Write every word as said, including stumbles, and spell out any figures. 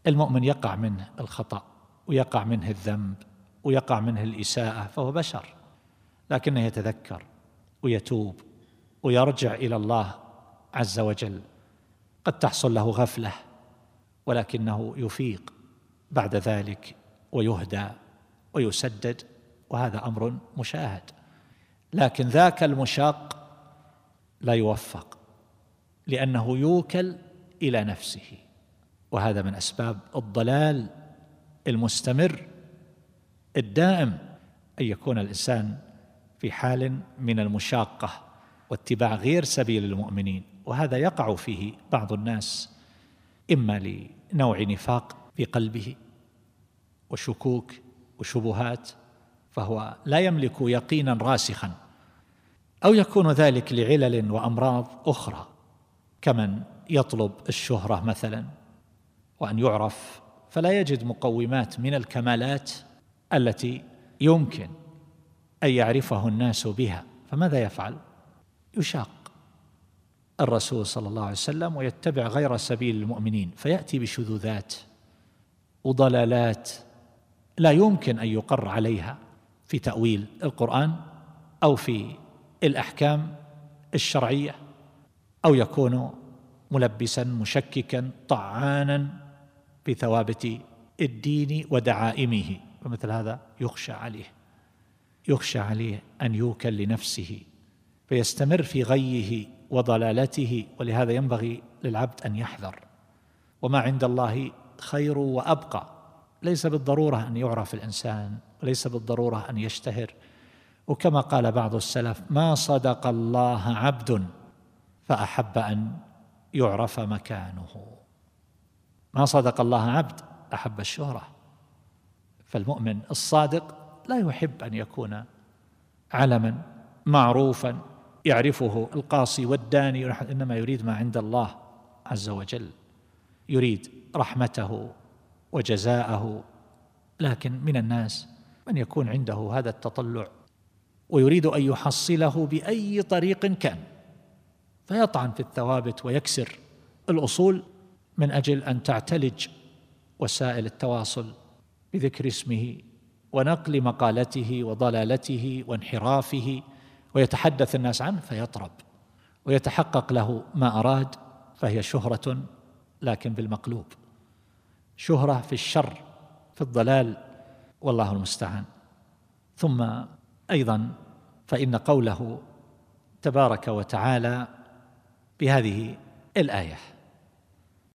المؤمن يقع منه الخطأ ويقع منه الذنب ويقع منه الإساءة، فهو بشر، لكنه يتذكر ويتوب ويرجع إلى الله عز وجل. قد تحصل له غفلة ولكنه يفيق بعد ذلك ويهدى ويسدد، وهذا أمر مشاهد. لكن ذاك المشاق لا يوفق لأنه يوكل إلى نفسه، وهذا من أسباب الضلال المستمر الدائم، أن يكون الإنسان في حال من المشاقة واتباع غير سبيل المؤمنين، وهذا يقع فيه بعض الناس إما لنوع نفاق في قلبه وشكوك وشبهات، فهو لا يملك يقينا راسخا، أو يكون ذلك لعلل وأمراض أخرى، كمن يطلب الشهرة مثلا وأن يعرف، فلا يجد مقومات من الكمالات التي يمكن أن يعرفه الناس بها، فماذا يفعل؟ يشاق الرسول صلى الله عليه وسلم ويتبع غير سبيل المؤمنين، فيأتي بشذوذات وضلالات لا يمكن أن يقر عليها في تأويل القرآن أو في الأحكام الشرعية، أو يكون ملبسا مشككا طعانا في ثوابت الدين ودعائمه، ومثل هذا يخشى عليه يخشى عليه أن يوكل لنفسه فيستمر في غيه وضلالته. ولهذا ينبغي للعبد أن يحذر، وما عند الله خير وأبقى. ليس بالضرورة أن يعرف الإنسان، وليس بالضرورة أن يشتهر، وكما قال بعض السلف: ما صدق الله عبد فأحب أن يعرف مكانه. ما صدق الله عبد أحب الشهرة، فالمؤمن الصادق لا يحب أن يكون علما معروفا يعرفه القاصي والداني، إنما يريد ما عند الله عز وجل، يريد رحمته وجزاءه. لكن من الناس من يكون عنده هذا التطلع ويريد أن يحصله بأي طريق كان، فيطعن في الثوابت ويكسر الأصول من أجل أن تعتلج وسائل التواصل بذكر اسمه ونقل مقالته وضلالته وانحرافه، ويتحدث الناس عنه فيطرب ويتحقق له ما أراد، فهي شهرة لكن بالمقلوب، شهرة في الشر في الضلال، والله المستعان. ثم أيضا فإن قوله تبارك وتعالى بهذه الآية: